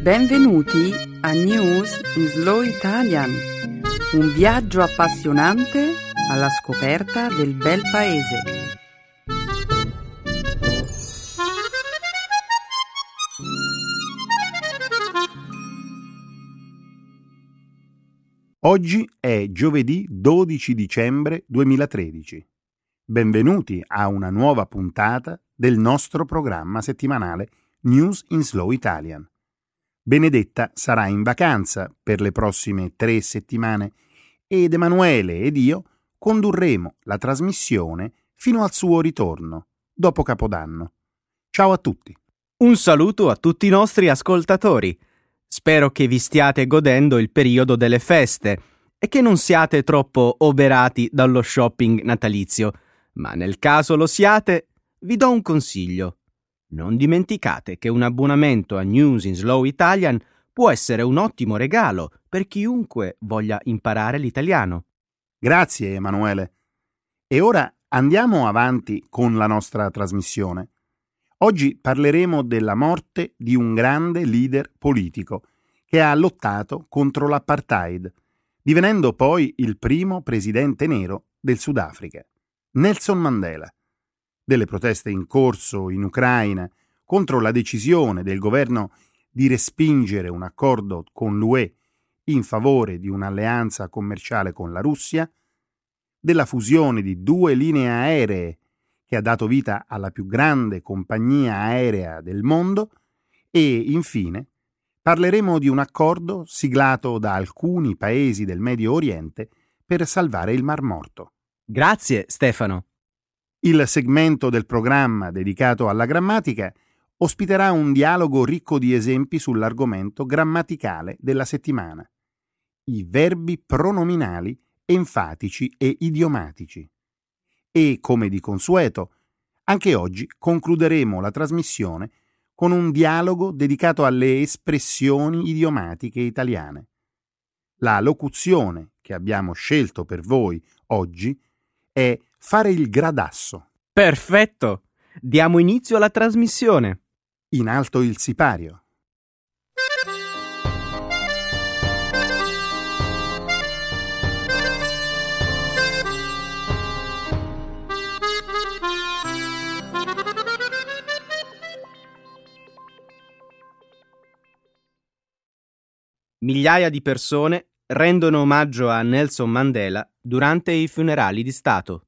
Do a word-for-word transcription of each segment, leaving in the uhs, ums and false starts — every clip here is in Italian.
Benvenuti a News in Slow Italian, un viaggio appassionante alla scoperta del bel paese. Oggi è giovedì dodici dicembre duemilatredici. Benvenuti a una nuova puntata del nostro programma settimanale News in Slow Italian. Benedetta sarà in vacanza per le prossime tre settimane ed Emanuele ed io condurremo la trasmissione fino al suo ritorno, dopo Capodanno. Ciao a tutti. Un saluto a tutti i nostri ascoltatori. Spero che vi stiate godendo il periodo delle feste e che non siate troppo oberati dallo shopping natalizio, ma nel caso lo siate, vi do un consiglio. Non dimenticate che un abbonamento a News in Slow Italian può essere un ottimo regalo per chiunque voglia imparare l'italiano. Grazie, Emanuele. E ora andiamo avanti con la nostra trasmissione. Oggi parleremo della morte di un grande leader politico che ha lottato contro l'apartheid, divenendo poi il primo presidente nero del Sudafrica, Nelson Mandela. Delle proteste in corso in Ucraina contro la decisione del governo di respingere un accordo con l'U E in favore di un'alleanza commerciale con la Russia, della fusione di due linee aeree che ha dato vita alla più grande compagnia aerea del mondo e, infine, parleremo di un accordo siglato da alcuni paesi del Medio Oriente per salvare il Mar Morto. Grazie, Stefano. Il segmento del programma dedicato alla grammatica ospiterà un dialogo ricco di esempi sull'argomento grammaticale della settimana: i verbi pronominali enfatici e idiomatici. E, come di consueto, anche oggi concluderemo la trasmissione con un dialogo dedicato alle espressioni idiomatiche italiane. La locuzione che abbiamo scelto per voi oggi è fare il gradasso. Perfetto! Diamo inizio alla trasmissione. In alto il sipario. Migliaia di persone rendono omaggio a Nelson Mandela durante i funerali di Stato.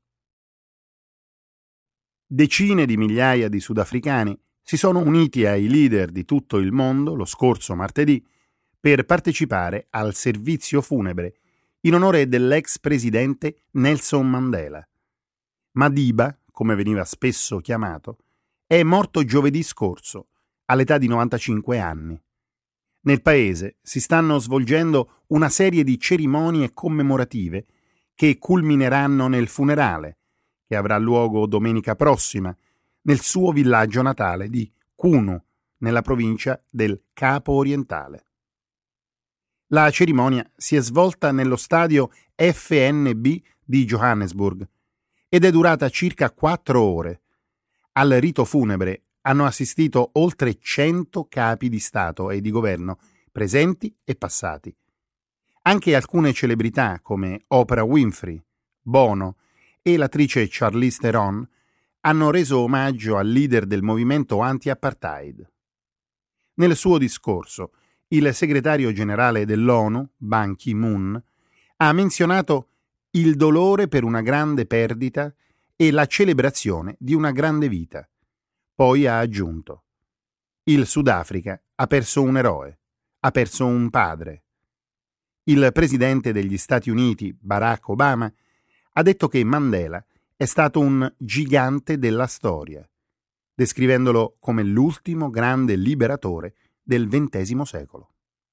Decine di migliaia di sudafricani si sono uniti ai leader di tutto il mondo lo scorso martedì per partecipare al servizio funebre in onore dell'ex presidente Nelson Mandela. Madiba, come veniva spesso chiamato, è morto giovedì scorso, all'età di novantacinque anni. Nel paese si stanno svolgendo una serie di cerimonie commemorative che culmineranno nel funerale, che avrà luogo domenica prossima, nel suo villaggio natale di Kunu, nella provincia del Capo Orientale. La cerimonia si è svolta nello stadio F N B di Johannesburg ed è durata circa quattro ore. Al rito funebre hanno assistito oltre cento capi di Stato e di governo, presenti e passati. Anche alcune celebrità come Oprah Winfrey, Bono e l'attrice Charlize Theron hanno reso omaggio al leader del movimento anti-apartheid. Nel suo discorso, il segretario generale dell'ONU, Ban Ki-moon, ha menzionato il dolore per una grande perdita e la celebrazione di una grande vita. Poi ha aggiunto: il Sudafrica ha perso un eroe, ha perso un padre. Il presidente degli Stati Uniti, Barack Obama, ha detto che Mandela è stato un gigante della storia, descrivendolo come l'ultimo grande liberatore del ventesimo secolo.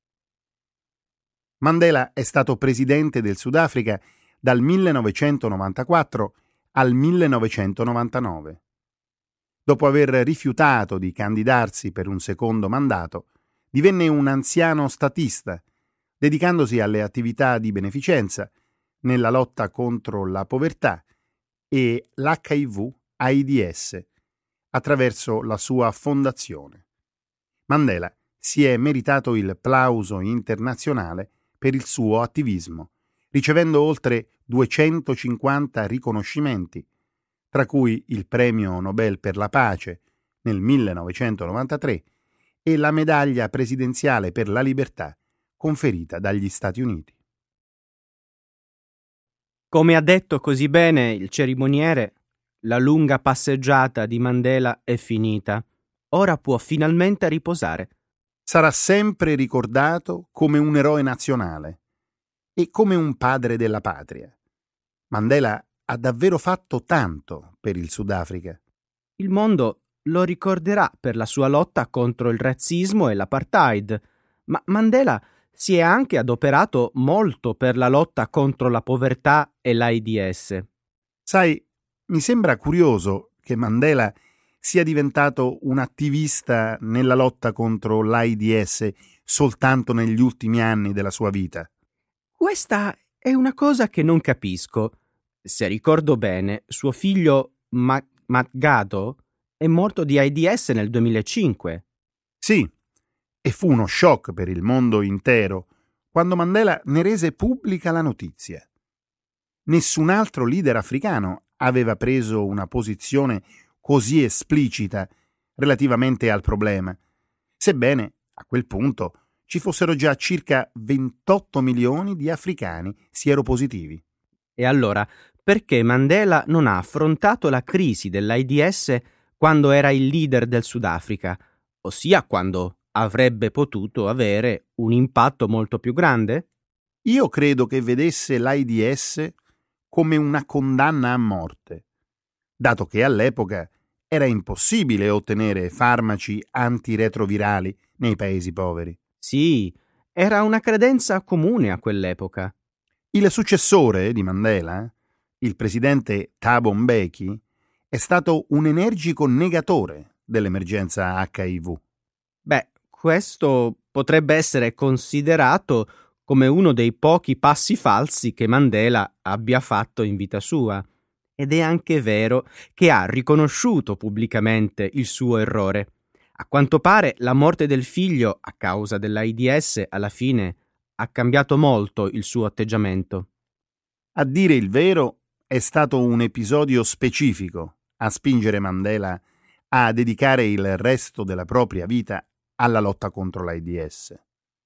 Mandela è stato presidente del Sudafrica dal millenovecentonovantaquattro al millenovecentonovantanove. Dopo aver rifiutato di candidarsi per un secondo mandato, divenne un anziano statista, dedicandosi alle attività di beneficenza, nella lotta contro la povertà e l'H I V/AIDS, attraverso la sua fondazione. Mandela si è meritato il plauso internazionale per il suo attivismo, ricevendo oltre duecentocinquanta riconoscimenti, tra cui il Premio Nobel per la pace nel millenovecentonovantatré e la medaglia presidenziale per la libertà conferita dagli Stati Uniti. Come ha detto così bene il cerimoniere, la lunga passeggiata di Mandela è finita. Ora può finalmente riposare. Sarà sempre ricordato come un eroe nazionale e come un padre della patria. Mandela ha davvero fatto tanto per il Sudafrica. Il mondo lo ricorderà per la sua lotta contro il razzismo e l'apartheid, ma Mandela si è anche adoperato molto per la lotta contro la povertà e l'AIDS. Sai, mi sembra curioso che Mandela sia diventato un attivista nella lotta contro l'AIDS soltanto negli ultimi anni della sua vita. Questa è una cosa che non capisco. Se ricordo bene, suo figlio Ma- Magado è morto di AIDS nel duemilacinque. Sì, e fu uno shock per il mondo intero quando Mandela ne rese pubblica la notizia. Nessun altro leader africano aveva preso una posizione così esplicita relativamente al problema, sebbene a quel punto ci fossero già circa ventotto milioni di africani sieropositivi. E allora, perché Mandela non ha affrontato la crisi dell'AIDS quando era il leader del Sudafrica, ossia quando avrebbe potuto avere un impatto molto più grande? Io credo che vedesse l'AIDS come una condanna a morte, dato che all'epoca era impossibile ottenere farmaci antiretrovirali nei paesi poveri. Sì, era una credenza comune a quell'epoca. Il successore di Mandela, il presidente Thabo Mbeki, è stato un energico negatore dell'emergenza acca i vu. Beh, questo potrebbe essere considerato come uno dei pochi passi falsi che Mandela abbia fatto in vita sua. Ed è anche vero che ha riconosciuto pubblicamente il suo errore. A quanto pare la morte del figlio a causa dell'AIDS alla fine ha cambiato molto il suo atteggiamento. A dire il vero, è stato un episodio specifico a spingere Mandela a dedicare il resto della propria vita alla lotta contro l'AIDS.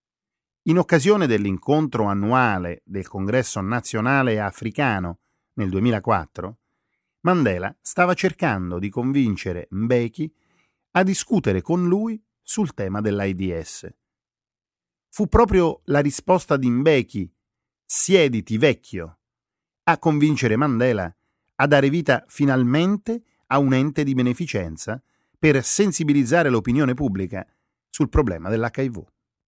In occasione dell'incontro annuale del Congresso Nazionale Africano nel duemilaquattro, Mandela stava cercando di convincere Mbeki a discutere con lui sul tema dell'AIDS. Fu proprio la risposta di Mbeki, "siediti vecchio", a convincere Mandela a dare vita finalmente a un ente di beneficenza per sensibilizzare l'opinione pubblica sul problema dell'acca i vu.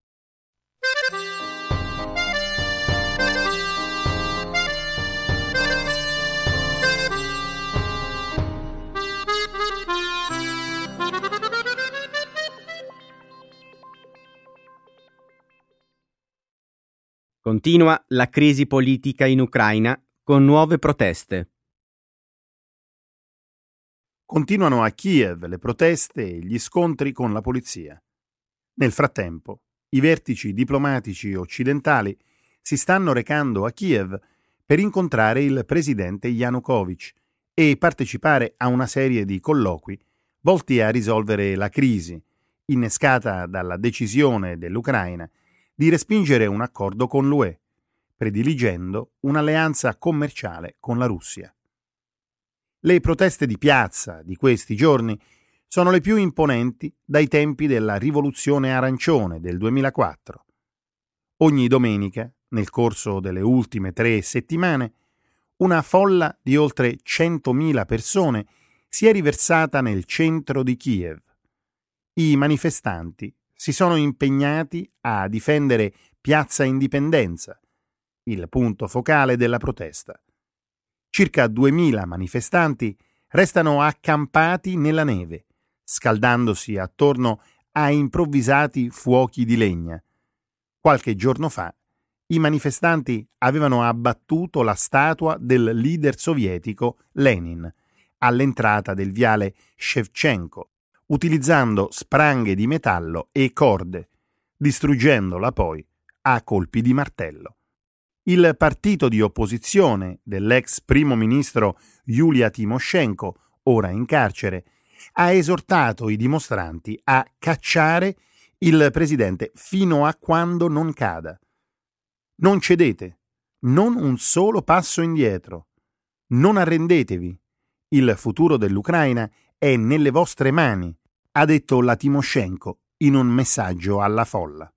Continua la crisi politica in Ucraina con nuove proteste. Continuano a Kiev le proteste e gli scontri con la polizia. Nel frattempo, i vertici diplomatici occidentali si stanno recando a Kiev per incontrare il presidente Yanukovych e partecipare a una serie di colloqui volti a risolvere la crisi, innescata dalla decisione dell'Ucraina di respingere un accordo con l'U E, prediligendo un'alleanza commerciale con la Russia. Le proteste di piazza di questi giorni sono le più imponenti dai tempi della rivoluzione arancione del duemilaquattro. Ogni domenica, nel corso delle ultime tre settimane, una folla di oltre centomila persone si è riversata nel centro di Kiev. I manifestanti si sono impegnati a difendere Piazza Indipendenza, il punto focale della protesta. Circa duemila manifestanti restano accampati nella neve, scaldandosi attorno a improvvisati fuochi di legna. Qualche giorno fa, i manifestanti avevano abbattuto la statua del leader sovietico Lenin all'entrata del viale Shevchenko, utilizzando spranghe di metallo e corde, distruggendola poi a colpi di martello. Il partito di opposizione dell'ex primo ministro Yulia Tymoshenko, ora in carcere, ha esortato i dimostranti a cacciare il presidente fino a quando non cada. Non cedete, non un solo passo indietro. Non arrendetevi. Il futuro dell'Ucraina è nelle vostre mani, ha detto la Tymoshenko in un messaggio alla folla.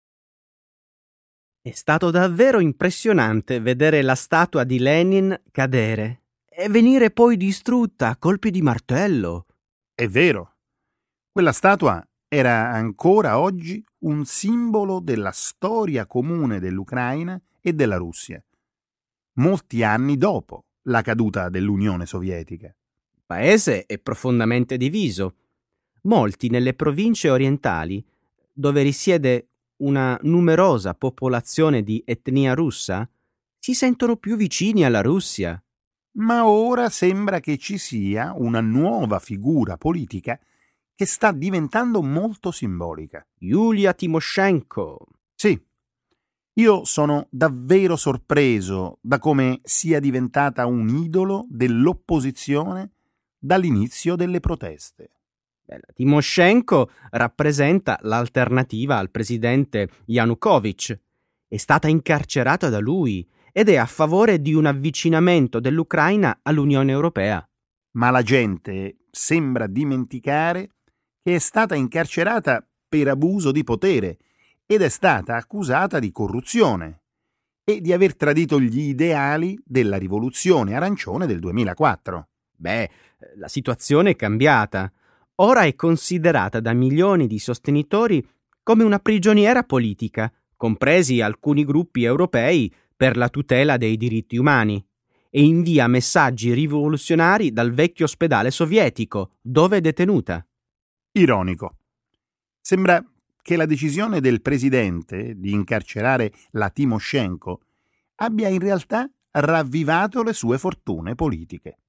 È stato davvero impressionante vedere la statua di Lenin cadere e venire poi distrutta a colpi di martello. È vero. Quella statua era ancora oggi un simbolo della storia comune dell'Ucraina e della Russia, molti anni dopo la caduta dell'Unione Sovietica. Il paese è profondamente diviso. Molti nelle province orientali, dove risiede una numerosa popolazione di etnia russa, si sentono più vicini alla Russia. Ma ora sembra che ci sia una nuova figura politica che sta diventando molto simbolica. Yulia Tymoshenko. Sì, io sono davvero sorpreso da come sia diventata un idolo dell'opposizione dall'inizio delle proteste. La Tymoshenko rappresenta l'alternativa al presidente Yanukovych. È stata incarcerata da lui ed è a favore di un avvicinamento dell'Ucraina all'Unione Europea. Ma la gente sembra dimenticare che è stata incarcerata per abuso di potere ed è stata accusata di corruzione e di aver tradito gli ideali della rivoluzione arancione del duemilaquattro. Beh, la situazione è cambiata. Ora è considerata da milioni di sostenitori come una prigioniera politica, compresi alcuni gruppi europei per la tutela dei diritti umani, e invia messaggi rivoluzionari dal vecchio ospedale sovietico, dove è detenuta. Ironico. Sembra che la decisione del presidente di incarcerare la Tymoshenko abbia in realtà ravvivato le sue fortune politiche.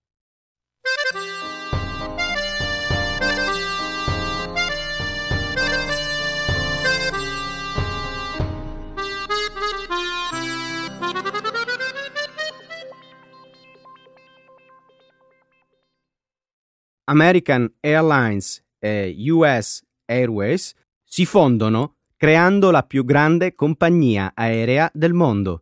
American Airlines e U S Airways si fondono creando la più grande compagnia aerea del mondo.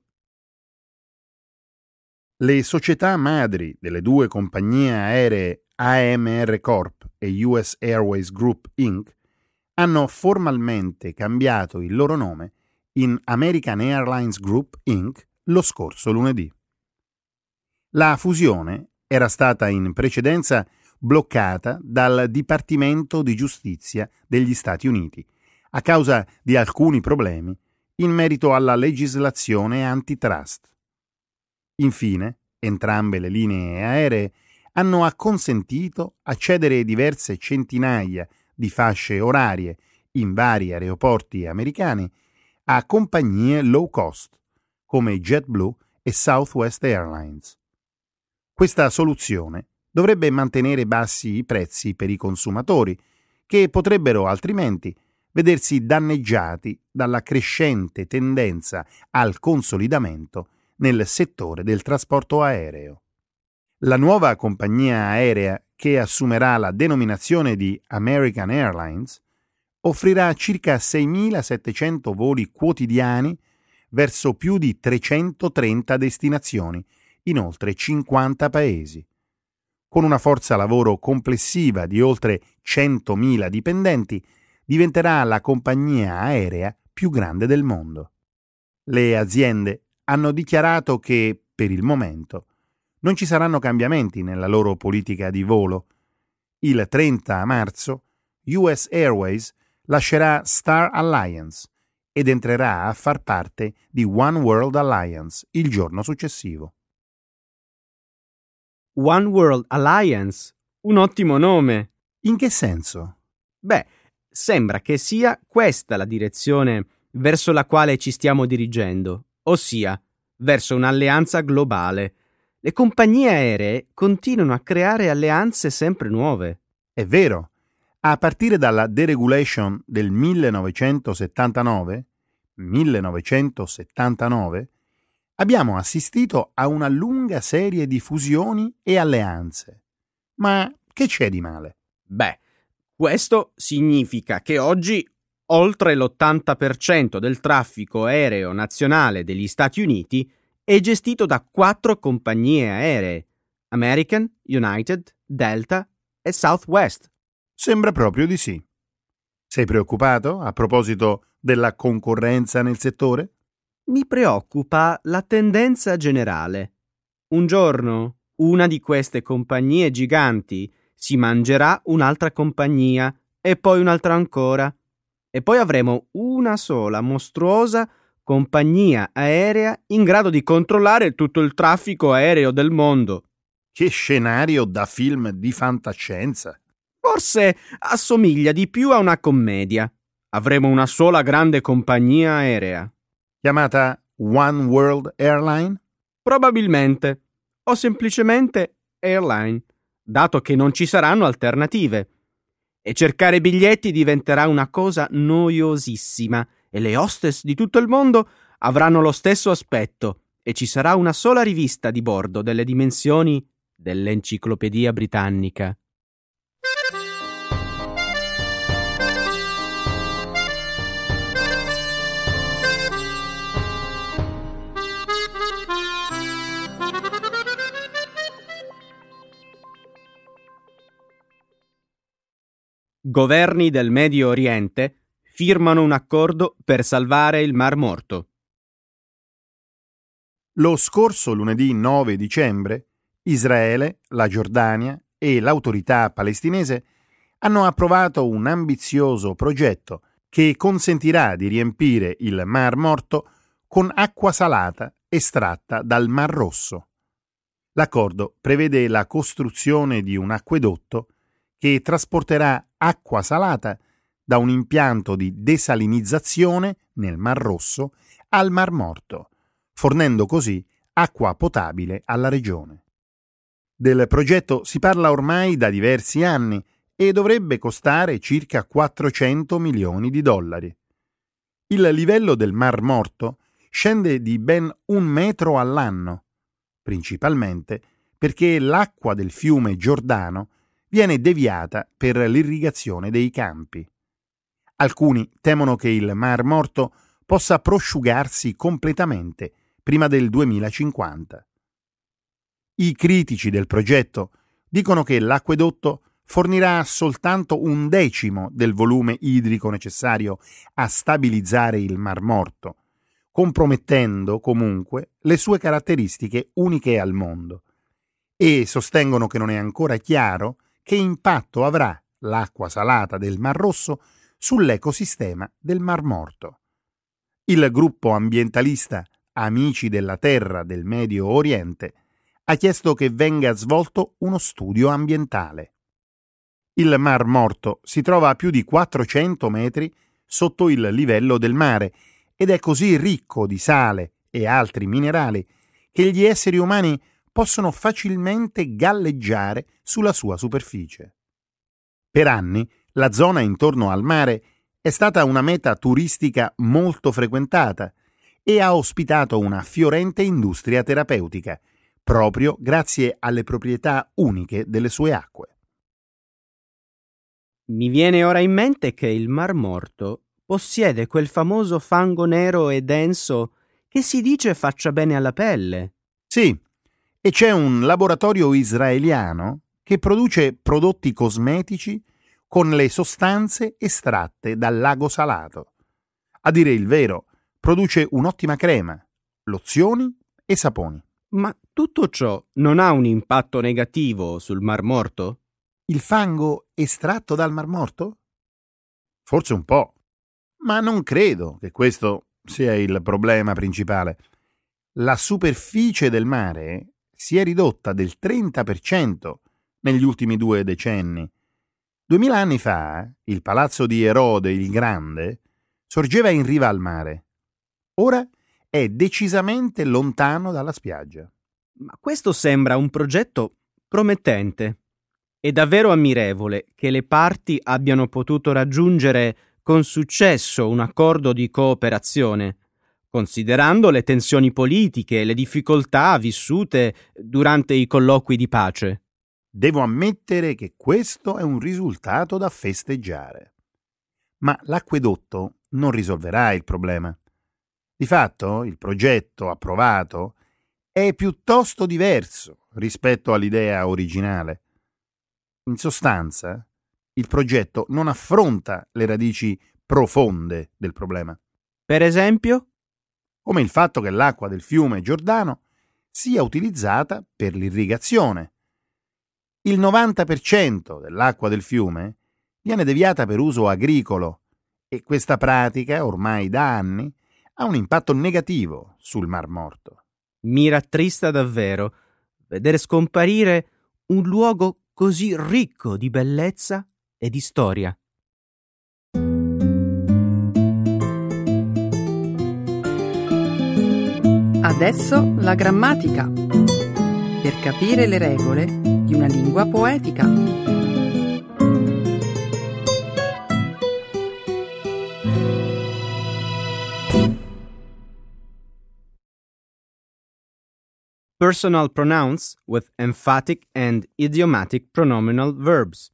Le società madri delle due compagnie aeree A M R Corp e U S Airways Group Incorporated hanno formalmente cambiato il loro nome in American Airlines Group Incorporated lo scorso lunedì. La fusione era stata in precedenza bloccata dal Dipartimento di Giustizia degli Stati Uniti a causa di alcuni problemi in merito alla legislazione antitrust. Infine, entrambe le linee aeree hanno acconsentito a cedere diverse centinaia di fasce orarie in vari aeroporti americani a compagnie low cost come JetBlue e Southwest Airlines. Questa soluzione dovrebbe mantenere bassi i prezzi per i consumatori, che potrebbero altrimenti vedersi danneggiati dalla crescente tendenza al consolidamento nel settore del trasporto aereo. La nuova compagnia aerea, che assumerà la denominazione di American Airlines, offrirà circa seimilasettecento voli quotidiani verso più di trecentotrenta destinazioni in oltre cinquanta paesi. Con una forza lavoro complessiva di oltre centomila dipendenti, diventerà la compagnia aerea più grande del mondo. Le aziende hanno dichiarato che, per il momento, non ci saranno cambiamenti nella loro politica di volo. Il trenta marzo U S Airways lascerà Star Alliance ed entrerà a far parte di One World Alliance il giorno successivo. One World Alliance? Un ottimo nome. In che senso? Beh, sembra che sia questa la direzione verso la quale ci stiamo dirigendo, ossia verso un'alleanza globale. Le compagnie aeree continuano a creare alleanze sempre nuove. È vero. A partire dalla deregulation del millenovecentosettantanove, millenovecentosettantanove, abbiamo assistito a una lunga serie di fusioni e alleanze. Ma che c'è di male? Beh, questo significa che oggi oltre l'ottanta per cento del traffico aereo nazionale degli Stati Uniti è gestito da quattro compagnie aeree: American, United, Delta e Southwest. Sembra proprio di sì. Sei preoccupato a proposito della concorrenza nel settore? Mi preoccupa la tendenza generale. Un giorno una di queste compagnie giganti si mangerà un'altra compagnia e poi un'altra ancora. E poi avremo una sola mostruosa compagnia aerea in grado di controllare tutto il traffico aereo del mondo. Che scenario da film di fantascienza! Forse assomiglia di più a una commedia. Avremo una sola grande compagnia aerea. Chiamata One World Airline? Probabilmente. O semplicemente airline, dato che non ci saranno alternative. E cercare biglietti diventerà una cosa noiosissima e le hostess di tutto il mondo avranno lo stesso aspetto e ci sarà una sola rivista di bordo delle dimensioni dell'Enciclopedia Britannica. Governi del Medio Oriente firmano un accordo per salvare il Mar Morto. Lo scorso lunedì nove dicembre, Israele, la Giordania e l'autorità palestinese hanno approvato un ambizioso progetto che consentirà di riempire il Mar Morto con acqua salata estratta dal Mar Rosso. L'accordo prevede la costruzione di un acquedotto che trasporterà acqua salata da un impianto di desalinizzazione nel Mar Rosso al Mar Morto, fornendo così acqua potabile alla regione. Del progetto si parla ormai da diversi anni e dovrebbe costare circa quattrocento milioni di dollari. Il livello del Mar Morto scende di ben un metro all'anno, principalmente perché l'acqua del fiume Giordano viene deviata per l'irrigazione dei campi. Alcuni temono che il Mar Morto possa prosciugarsi completamente prima del duemilacinquanta. I critici del progetto dicono che l'acquedotto fornirà soltanto un decimo del volume idrico necessario a stabilizzare il Mar Morto, compromettendo comunque le sue caratteristiche uniche al mondo, e sostengono che non è ancora chiaro che impatto avrà l'acqua salata del Mar Rosso sull'ecosistema del Mar Morto. Il gruppo ambientalista Amici della Terra del Medio Oriente ha chiesto che venga svolto uno studio ambientale. Il Mar Morto si trova a più di quattrocento metri sotto il livello del mare ed è così ricco di sale e altri minerali che gli esseri umani possono facilmente galleggiare sulla sua superficie. Per anni la zona intorno al mare è stata una meta turistica molto frequentata e ha ospitato una fiorente industria terapeutica, proprio grazie alle proprietà uniche delle sue acque. Mi viene ora in mente che il Mar Morto possiede quel famoso fango nero e denso che si dice faccia bene alla pelle. Sì, e c'è un laboratorio israeliano che produce prodotti cosmetici con le sostanze estratte dal lago salato. A dire il vero, produce un'ottima crema, lozioni e saponi. Ma tutto ciò non ha un impatto negativo sul Mar Morto? Il fango estratto dal Mar Morto? Forse un po', ma non credo che questo sia il problema principale. La superficie del mare si è ridotta del trenta per cento negli ultimi due decenni. Duemila anni fa, il palazzo di Erode il Grande sorgeva in riva al mare. Ora è decisamente lontano dalla spiaggia. Ma questo sembra un progetto promettente. È davvero ammirevole che le parti abbiano potuto raggiungere con successo un accordo di cooperazione, considerando le tensioni politiche e le difficoltà vissute durante i colloqui di pace. Devo ammettere che questo è un risultato da festeggiare. Ma l'acquedotto non risolverà il problema. Di fatto, il progetto approvato è piuttosto diverso rispetto all'idea originale. In sostanza, il progetto non affronta le radici profonde del problema. Per esempio? Come il fatto che l'acqua del fiume Giordano sia utilizzata per l'irrigazione. Il novanta per cento dell'acqua del fiume viene deviata per uso agricolo e questa pratica, ormai da anni, ha un impatto negativo sul Mar Morto. Mi rattrista davvero vedere scomparire un luogo così ricco di bellezza e di storia. Adesso la grammatica, per capire le regole di una lingua poetica. Personal pronouns with emphatic and idiomatic pronominal verbs.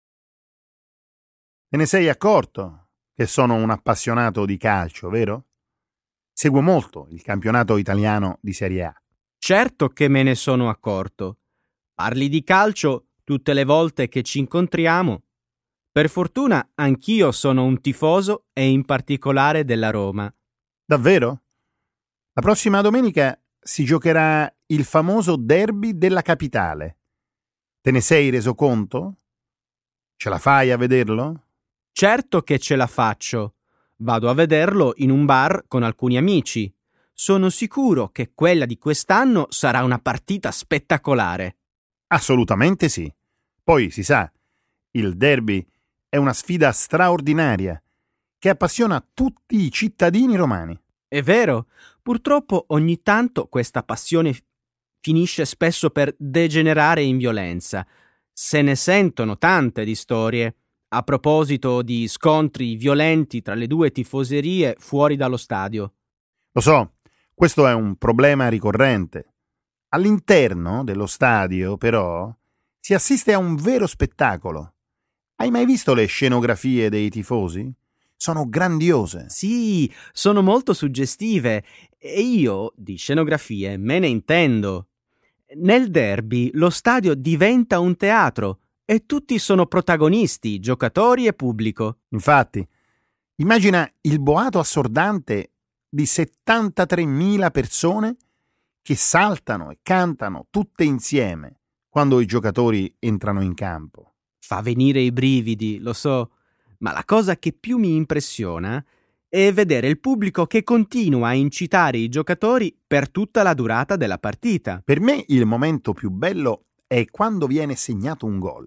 Te ne sei accorto che sono un appassionato di calcio, vero? Seguo molto il campionato italiano di Serie A. Certo che me ne sono accorto. Parli di calcio tutte le volte che ci incontriamo. Per fortuna anch'io sono un tifoso e in particolare della Roma. Davvero? La prossima domenica si giocherà il famoso derby della capitale. Te ne sei reso conto? Ce la fai a vederlo? Certo che ce la faccio. Vado a vederlo in un bar con alcuni amici. Sono sicuro che quella di quest'anno sarà una partita spettacolare. Assolutamente sì. Poi si sa, il derby è una sfida straordinaria che appassiona tutti i cittadini romani. È vero, purtroppo ogni tanto questa passione finisce spesso per degenerare in violenza. Se ne sentono tante di storie a proposito di scontri violenti tra le due tifoserie fuori dallo stadio. Lo so, questo è un problema ricorrente. All'interno dello stadio, però, si assiste a un vero spettacolo. Hai mai visto le scenografie dei tifosi? Sono grandiose. Sì, sono molto suggestive e io di scenografie me ne intendo. Nel derby lo stadio diventa un teatro e tutti sono protagonisti, giocatori e pubblico. Infatti, immagina il boato assordante di settantatremila persone che saltano e cantano tutte insieme quando i giocatori entrano in campo. Fa venire i brividi, lo so, ma la cosa che più mi impressiona è vedere il pubblico che continua a incitare i giocatori per tutta la durata della partita. Per me il momento più bello è quando viene segnato un gol.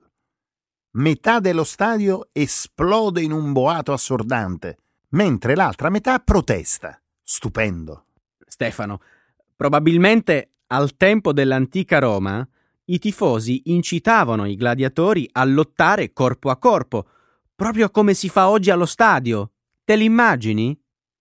Metà dello stadio esplode in un boato assordante, mentre l'altra metà protesta. Stupendo. Stefano, probabilmente al tempo dell'antica Roma i tifosi incitavano i gladiatori a lottare corpo a corpo, proprio come si fa oggi allo stadio. Te l'immagini?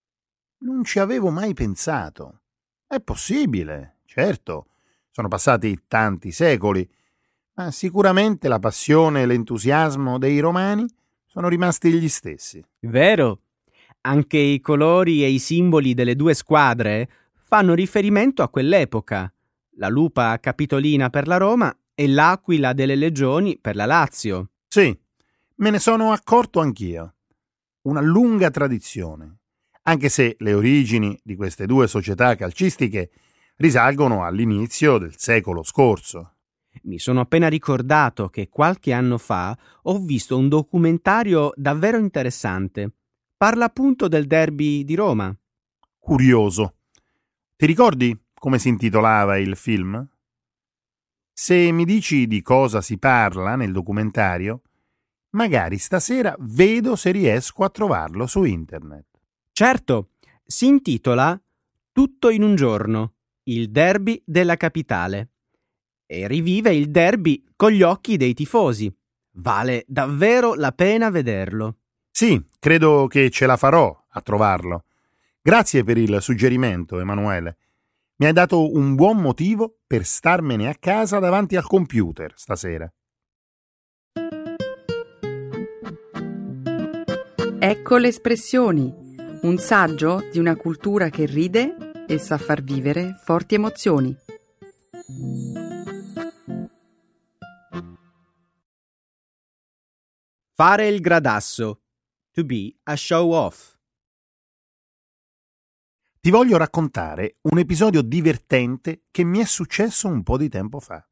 Non ci avevo mai pensato. È possibile, certo. Sono passati tanti secoli, ma sicuramente la passione e l'entusiasmo dei romani sono rimasti gli stessi. Vero. Anche i colori e i simboli delle due squadre fanno riferimento a quell'epoca. La lupa capitolina per la Roma e l'aquila delle legioni per la Lazio. Sì, me ne sono accorto anch'io. Una lunga tradizione, anche se le origini di queste due società calcistiche risalgono all'inizio del secolo scorso. Mi sono appena ricordato che qualche anno fa ho visto un documentario davvero interessante. Parla appunto del derby di Roma. Curioso. Ti ricordi come si intitolava il film? Se mi dici di cosa si parla nel documentario, magari stasera vedo se riesco a trovarlo su internet. Certo, si intitola Tutto in un giorno, il derby della capitale. e rivive il derby con gli occhi dei tifosi. Vale davvero la pena vederlo. Sì, credo che ce la farò a trovarlo. Grazie per il suggerimento, Emanuele. Mi hai dato un buon motivo per starmene a casa davanti al computer stasera. Ecco le espressioni, un saggio di una cultura che ride e sa far vivere forti emozioni. Fare il gradasso. To be a show off. Ti voglio raccontare un episodio divertente che mi è successo un po' di tempo fa.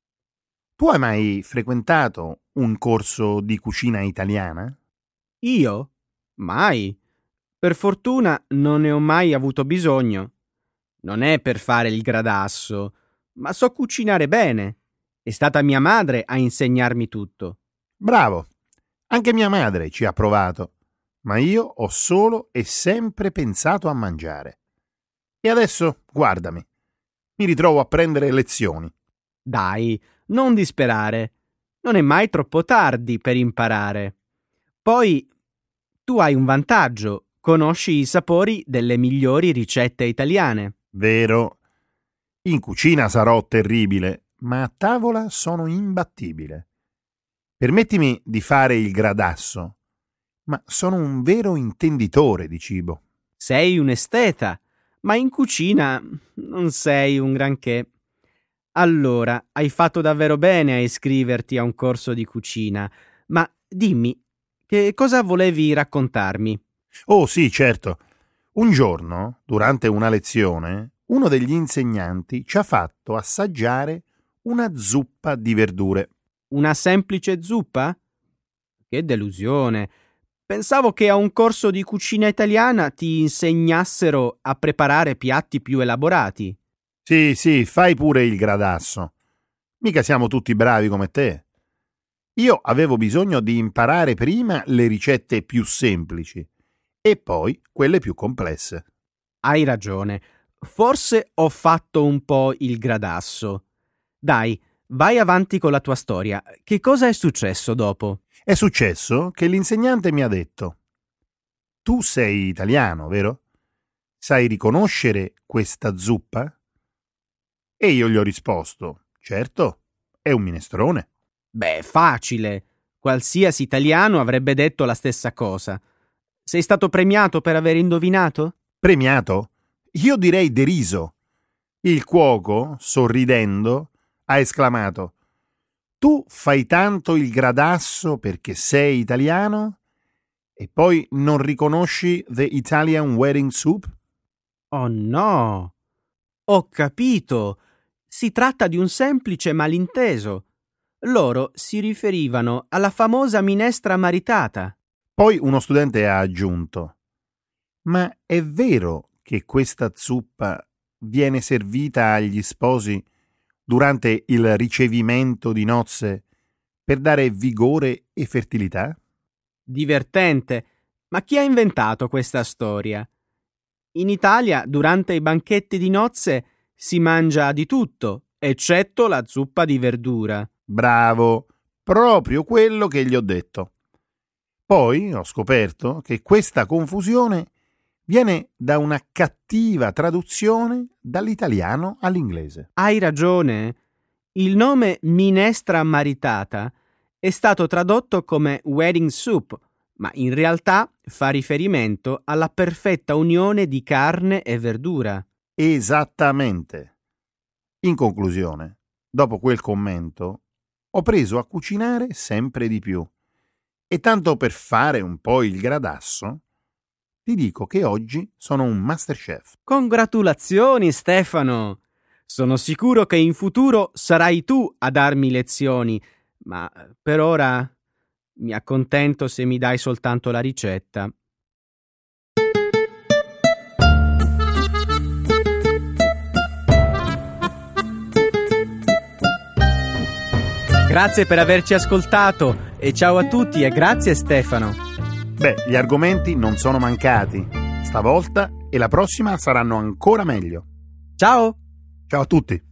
Tu hai mai frequentato un corso di cucina italiana? Io? Mai. Per fortuna non ne ho mai avuto bisogno. Non è per fare il gradasso, ma so cucinare bene. È stata mia madre a insegnarmi tutto. Bravo! Anche mia madre ci ha provato, ma io ho solo e sempre pensato a mangiare. E adesso, guardami, mi ritrovo a prendere lezioni. Dai, non disperare. Non è mai troppo tardi per imparare. Poi, tu hai un vantaggio. Conosci i sapori delle migliori ricette italiane. Vero. In cucina sarò terribile, ma a tavola sono imbattibile. Permettimi di fare il gradasso, ma sono un vero intenditore di cibo. Sei un esteta, ma in cucina non sei un granché. Allora, hai fatto davvero bene a iscriverti a un corso di cucina, ma dimmi, che cosa volevi raccontarmi? Oh sì, certo. Un giorno, durante una lezione, uno degli insegnanti ci ha fatto assaggiare una zuppa di verdure. Una semplice zuppa? Che delusione! Pensavo che a un corso di cucina italiana ti insegnassero a preparare piatti più elaborati. Sì, sì, fai pure il gradasso. Mica siamo tutti bravi come te. Io avevo bisogno di imparare prima le ricette più semplici e poi quelle più complesse. Hai ragione. Forse ho fatto un po' il gradasso. Dai, vai avanti con la tua storia. Che cosa è successo dopo? È successo che l'insegnante mi ha detto: tu sei italiano, vero? Sai riconoscere questa zuppa? E io gli ho risposto: certo, è un minestrone. Beh, facile. Qualsiasi italiano avrebbe detto la stessa cosa. Sei stato premiato per aver indovinato? Premiato? Io direi deriso. Il cuoco, sorridendo, ha esclamato: tu fai tanto il gradasso perché sei italiano e poi non riconosci the Italian wedding soup? Oh no! Ho capito! Si tratta di un semplice malinteso. Loro si riferivano alla famosa minestra maritata. Poi uno studente ha aggiunto: ma è vero che questa zuppa viene servita agli sposi durante il ricevimento di nozze per dare vigore e fertilità? Divertente, ma chi ha inventato questa storia? In Italia, durante i banchetti di nozze, si mangia di tutto, eccetto la zuppa di verdura. Bravo, proprio quello che gli ho detto. Poi ho scoperto che questa confusione viene da una cattiva traduzione dall'italiano all'inglese. Hai ragione. Il nome minestra maritata è stato tradotto come wedding soup, ma in realtà fa riferimento alla perfetta unione di carne e verdura. Esattamente. In conclusione, dopo quel commento, ho preso a cucinare sempre di più. E tanto per fare un po' il gradasso, ti dico che oggi sono un masterchef. Congratulazioni, Stefano! Sono sicuro che in futuro sarai tu a darmi lezioni, ma per ora mi accontento se mi dai soltanto la ricetta. Grazie per averci ascoltato e ciao a tutti e grazie Stefano. Beh, gli argomenti non sono mancati. Stavolta e la prossima saranno ancora meglio. Ciao! Ciao a tutti!